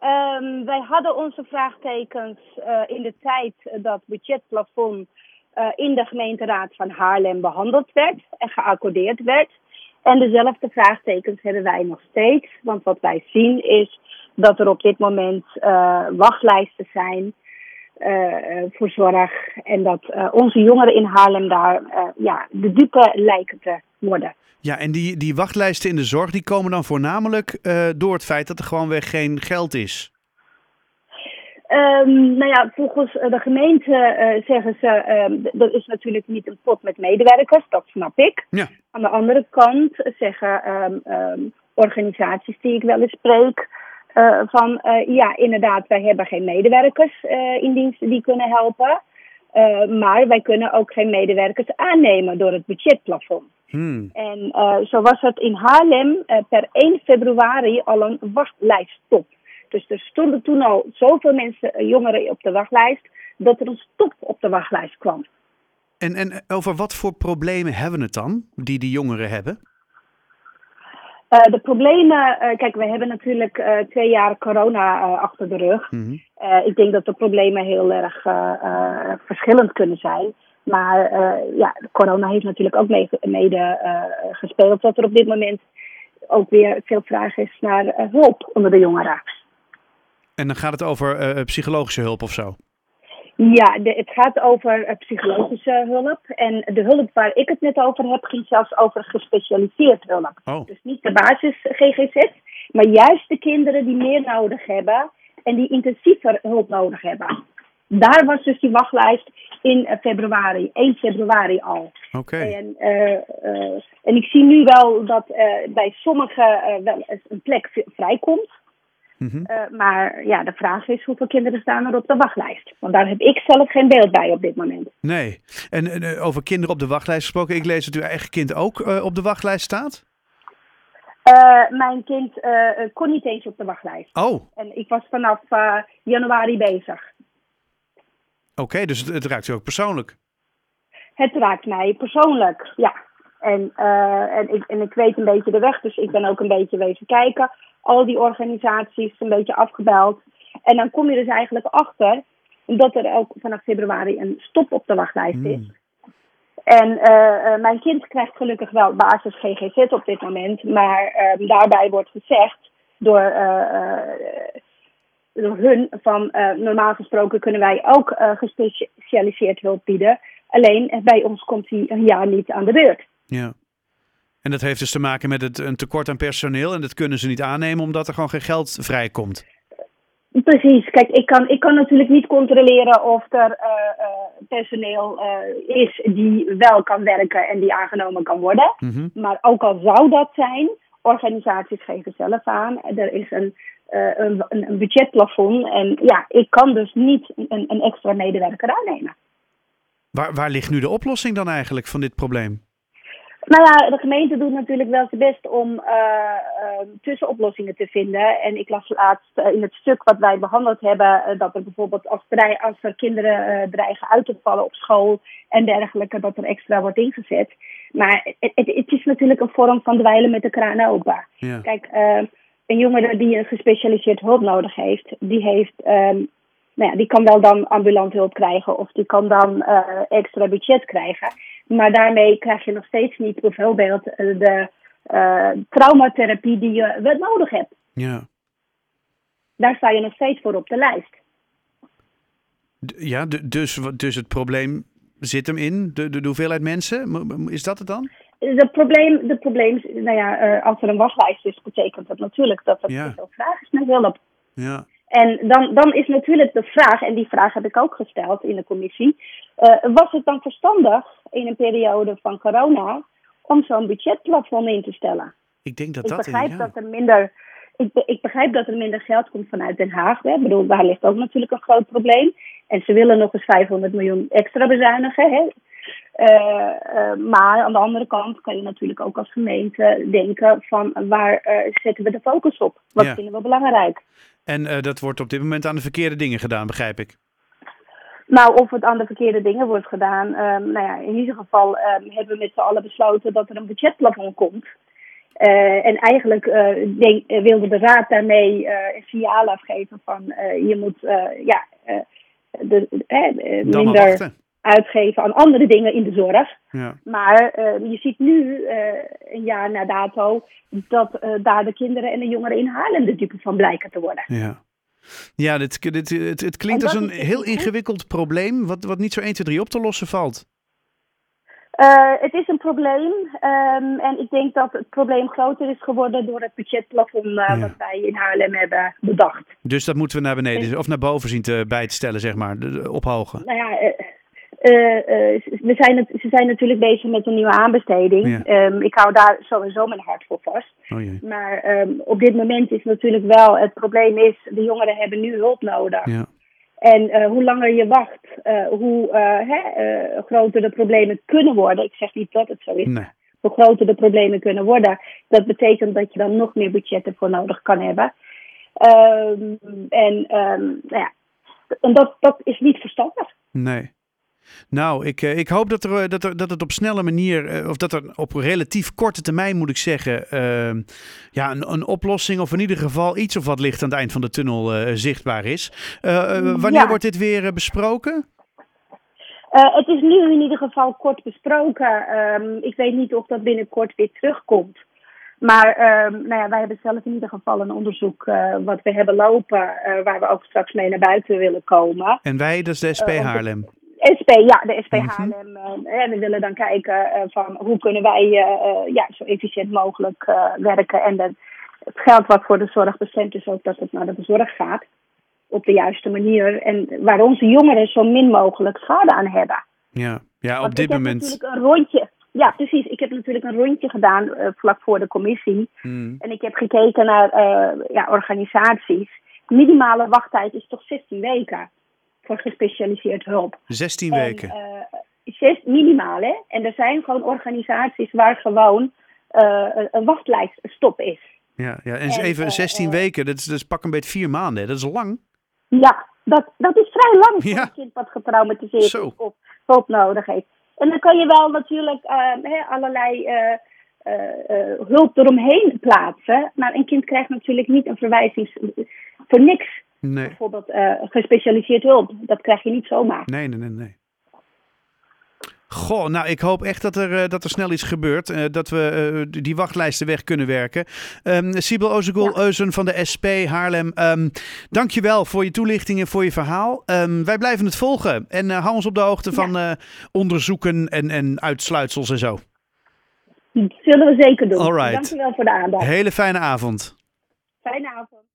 Wij hadden onze vraagtekens in de tijd dat budgetplafond in de gemeenteraad van Haarlem behandeld werd en geaccordeerd werd. En dezelfde vraagtekens hebben wij nog steeds. Want wat wij zien is dat er op dit moment wachtlijsten zijn voor zorg. En dat onze jongeren in Haarlem daar de dupe lijken te worden. Ja, en die wachtlijsten in de zorg die komen dan voornamelijk door het feit dat er gewoonweg geen geld is. Volgens de gemeente zeggen ze, er is natuurlijk niet een pot met medewerkers, dat snap ik. Ja. Aan de andere kant zeggen organisaties die ik wel eens spreek, inderdaad, wij hebben geen medewerkers in dienst die kunnen helpen. Maar wij kunnen ook geen medewerkers aannemen door het budgetplafond. En zo was het in Haarlem per 1 februari al een wachtlijststop. Dus er stonden toen al zoveel mensen, jongeren op de wachtlijst, dat er een stop op de wachtlijst kwam. En over wat voor problemen hebben we het dan, die jongeren hebben? De problemen, kijk, we hebben natuurlijk 2 jaar corona achter de rug. Mm-hmm. Ik denk dat de problemen heel erg verschillend kunnen zijn. Maar corona heeft natuurlijk ook mede gespeeld dat er op dit moment ook weer veel vraag is naar hulp onder de jongeren. En dan gaat het over psychologische hulp of zo? Ja, het gaat over psychologische hulp. En de hulp waar ik het net over heb, ging zelfs over gespecialiseerd hulp. Oh. Dus niet de basis GGZ, maar juist de kinderen die meer nodig hebben en die intensiever hulp nodig hebben. Daar was dus die wachtlijst in februari, 1 februari al. Okay. En ik zie nu wel dat bij sommigen wel eens een plek vrijkomt. Mm-hmm. Maar ja, de vraag is hoeveel kinderen staan er op de wachtlijst. Want daar heb ik zelf geen beeld bij op dit moment. Nee. En over kinderen op de wachtlijst gesproken. Ik lees dat uw eigen kind ook op de wachtlijst staat? Mijn kind kon niet eens op de wachtlijst. Oh. En ik was vanaf januari bezig. Oké, dus het raakt u ook persoonlijk? Het raakt mij persoonlijk, ja. En ik weet een beetje de weg, dus ik ben ook een beetje wezen kijken. Al die organisaties een beetje afgebeld. En dan kom je dus eigenlijk achter dat er ook vanaf februari een stop op de wachtlijst is. En mijn kind krijgt gelukkig wel basis GGZ op dit moment. Maar daarbij wordt gezegd door hun van normaal gesproken kunnen wij ook gespecialiseerd hulp bieden. Alleen bij ons komt die een jaar niet aan de beurt. Ja. En dat heeft dus te maken met een tekort aan personeel. En dat kunnen ze niet aannemen omdat er gewoon geen geld vrijkomt. Precies. Kijk, ik kan natuurlijk niet controleren of er personeel is die wel kan werken en die aangenomen kan worden. Mm-hmm. Maar ook al zou dat zijn, organisaties geven zelf aan. Er is een budgetplafond. En ja, ik kan dus niet een extra medewerker aannemen. Waar ligt nu de oplossing dan eigenlijk van dit probleem? Nou ja, de gemeente doet natuurlijk wel zijn best om tussenoplossingen te vinden. En ik las laatst in het stuk wat wij behandeld hebben, dat er bijvoorbeeld als er kinderen dreigen uit te vallen op school en dergelijke, dat er extra wordt ingezet. Maar het is natuurlijk een vorm van dweilen met de kraan open. Ja. Kijk, een jongere die een gespecialiseerd hulp nodig heeft, die kan wel dan ambulant hulp krijgen of die kan dan extra budget krijgen. Maar daarmee krijg je nog steeds niet bijvoorbeeld de traumatherapie die je wel nodig hebt. Ja. Daar sta je nog steeds voor op de lijst. Ja, dus het probleem zit hem in? De hoeveelheid mensen? Is dat het dan? Het probleem is, als er een wachtlijst is, betekent dat natuurlijk dat er veel vraag is naar hulp. Ja. En dan is natuurlijk de vraag, en die vraag heb ik ook gesteld in de commissie, was het dan verstandig in een periode van corona om zo'n budgetplafond in te stellen? Ik denk dat ik begrijp dat er minder geld komt vanuit Den Haag. Hè. Ik bedoel, daar ligt ook natuurlijk een groot probleem. En ze willen nog eens 500 miljoen extra bezuinigen. Hè. Maar aan de andere kant kan je natuurlijk ook als gemeente denken van waar zetten we de focus op? Wat vinden we belangrijk? En dat wordt op dit moment aan de verkeerde dingen gedaan, begrijp ik. Nou, of het aan de verkeerde dingen wordt gedaan. In ieder geval hebben we met z'n allen besloten dat er een budgetplafond komt. En eigenlijk wilde de Raad daarmee een signaal afgeven van je moet minder uitgeven aan andere dingen in de zorg. Ja. Maar je ziet nu, een jaar na dato, dat daar de kinderen en de jongeren in Haarlem de dupe van blijken te worden. Ja. Ja, het klinkt als een heel ingewikkeld probleem wat niet zo 1, 2, 3 op te lossen valt. Het is een probleem en ik denk dat het probleem groter is geworden door het budgetplafond wat wij in Haarlem hebben bedacht. Dus dat moeten we naar beneden of naar boven zien bij te stellen, zeg maar, ophogen. Nou ja, ze zijn natuurlijk bezig met een nieuwe aanbesteding. Ja. Ik hou daar sowieso mijn hart voor vast. Oh jee. Maar op dit moment is natuurlijk wel, het probleem is, de jongeren hebben nu hulp nodig. Ja. En hoe langer je wacht, hoe groter de problemen kunnen worden. Ik zeg niet dat het zo is. Nee. Hoe groter de problemen kunnen worden. Dat betekent dat je dan nog meer budget ervoor nodig kan hebben. En dat is niet verstandig. Nee. Nou, ik hoop dat het op snelle manier, of dat er op relatief korte termijn, moet ik zeggen, een oplossing of in ieder geval iets of wat licht aan het eind van de tunnel zichtbaar is. Wanneer wordt dit weer besproken? Het is nu in ieder geval kort besproken. Ik weet niet of dat binnenkort weer terugkomt. Maar wij hebben zelf in ieder geval een onderzoek wat we hebben lopen, waar we ook straks mee naar buiten willen komen. En wij, dat is de SP Haarlem. De SP Haarlem. En we willen dan kijken van hoe kunnen wij zo efficiënt mogelijk werken. En het geld wat voor de zorg bestemd is ook dat het naar de zorg gaat. Op de juiste manier. En waar onze jongeren zo min mogelijk schade aan hebben. Ja, op dit moment. Natuurlijk een rondje. Ja, precies. Ik heb natuurlijk een rondje gedaan vlak voor de commissie. En ik heb gekeken naar organisaties. De minimale wachttijd is toch 16 weken. Voor gespecialiseerd hulp. 16 weken? Minimaal, hè. En er zijn gewoon organisaties waar gewoon een wachtlijststop is. Ja, en even 16 weken, dat is pak een beetje 4 maanden. Hè? Dat is lang. Ja, dat is vrij lang voor een kind wat getraumatiseerd is of hulp nodig heeft. En dan kan je wel natuurlijk allerlei hulp eromheen plaatsen. Maar een kind krijgt natuurlijk niet een verwijzing voor niks. Nee. Bijvoorbeeld gespecialiseerd hulp. Dat krijg je niet zomaar. Nee. Goh, nou ik hoop echt dat er snel iets gebeurt. Dat we die wachtlijsten weg kunnen werken. Sibel Ozegul-Eusen van de SP Haarlem. Dankjewel voor je toelichting en voor je verhaal. Wij blijven het volgen. En hou ons op de hoogte van onderzoeken en uitsluitsels en zo. Dat zullen we zeker doen. Alright. Dankjewel voor de aandacht. Hele fijne avond. Fijne avond.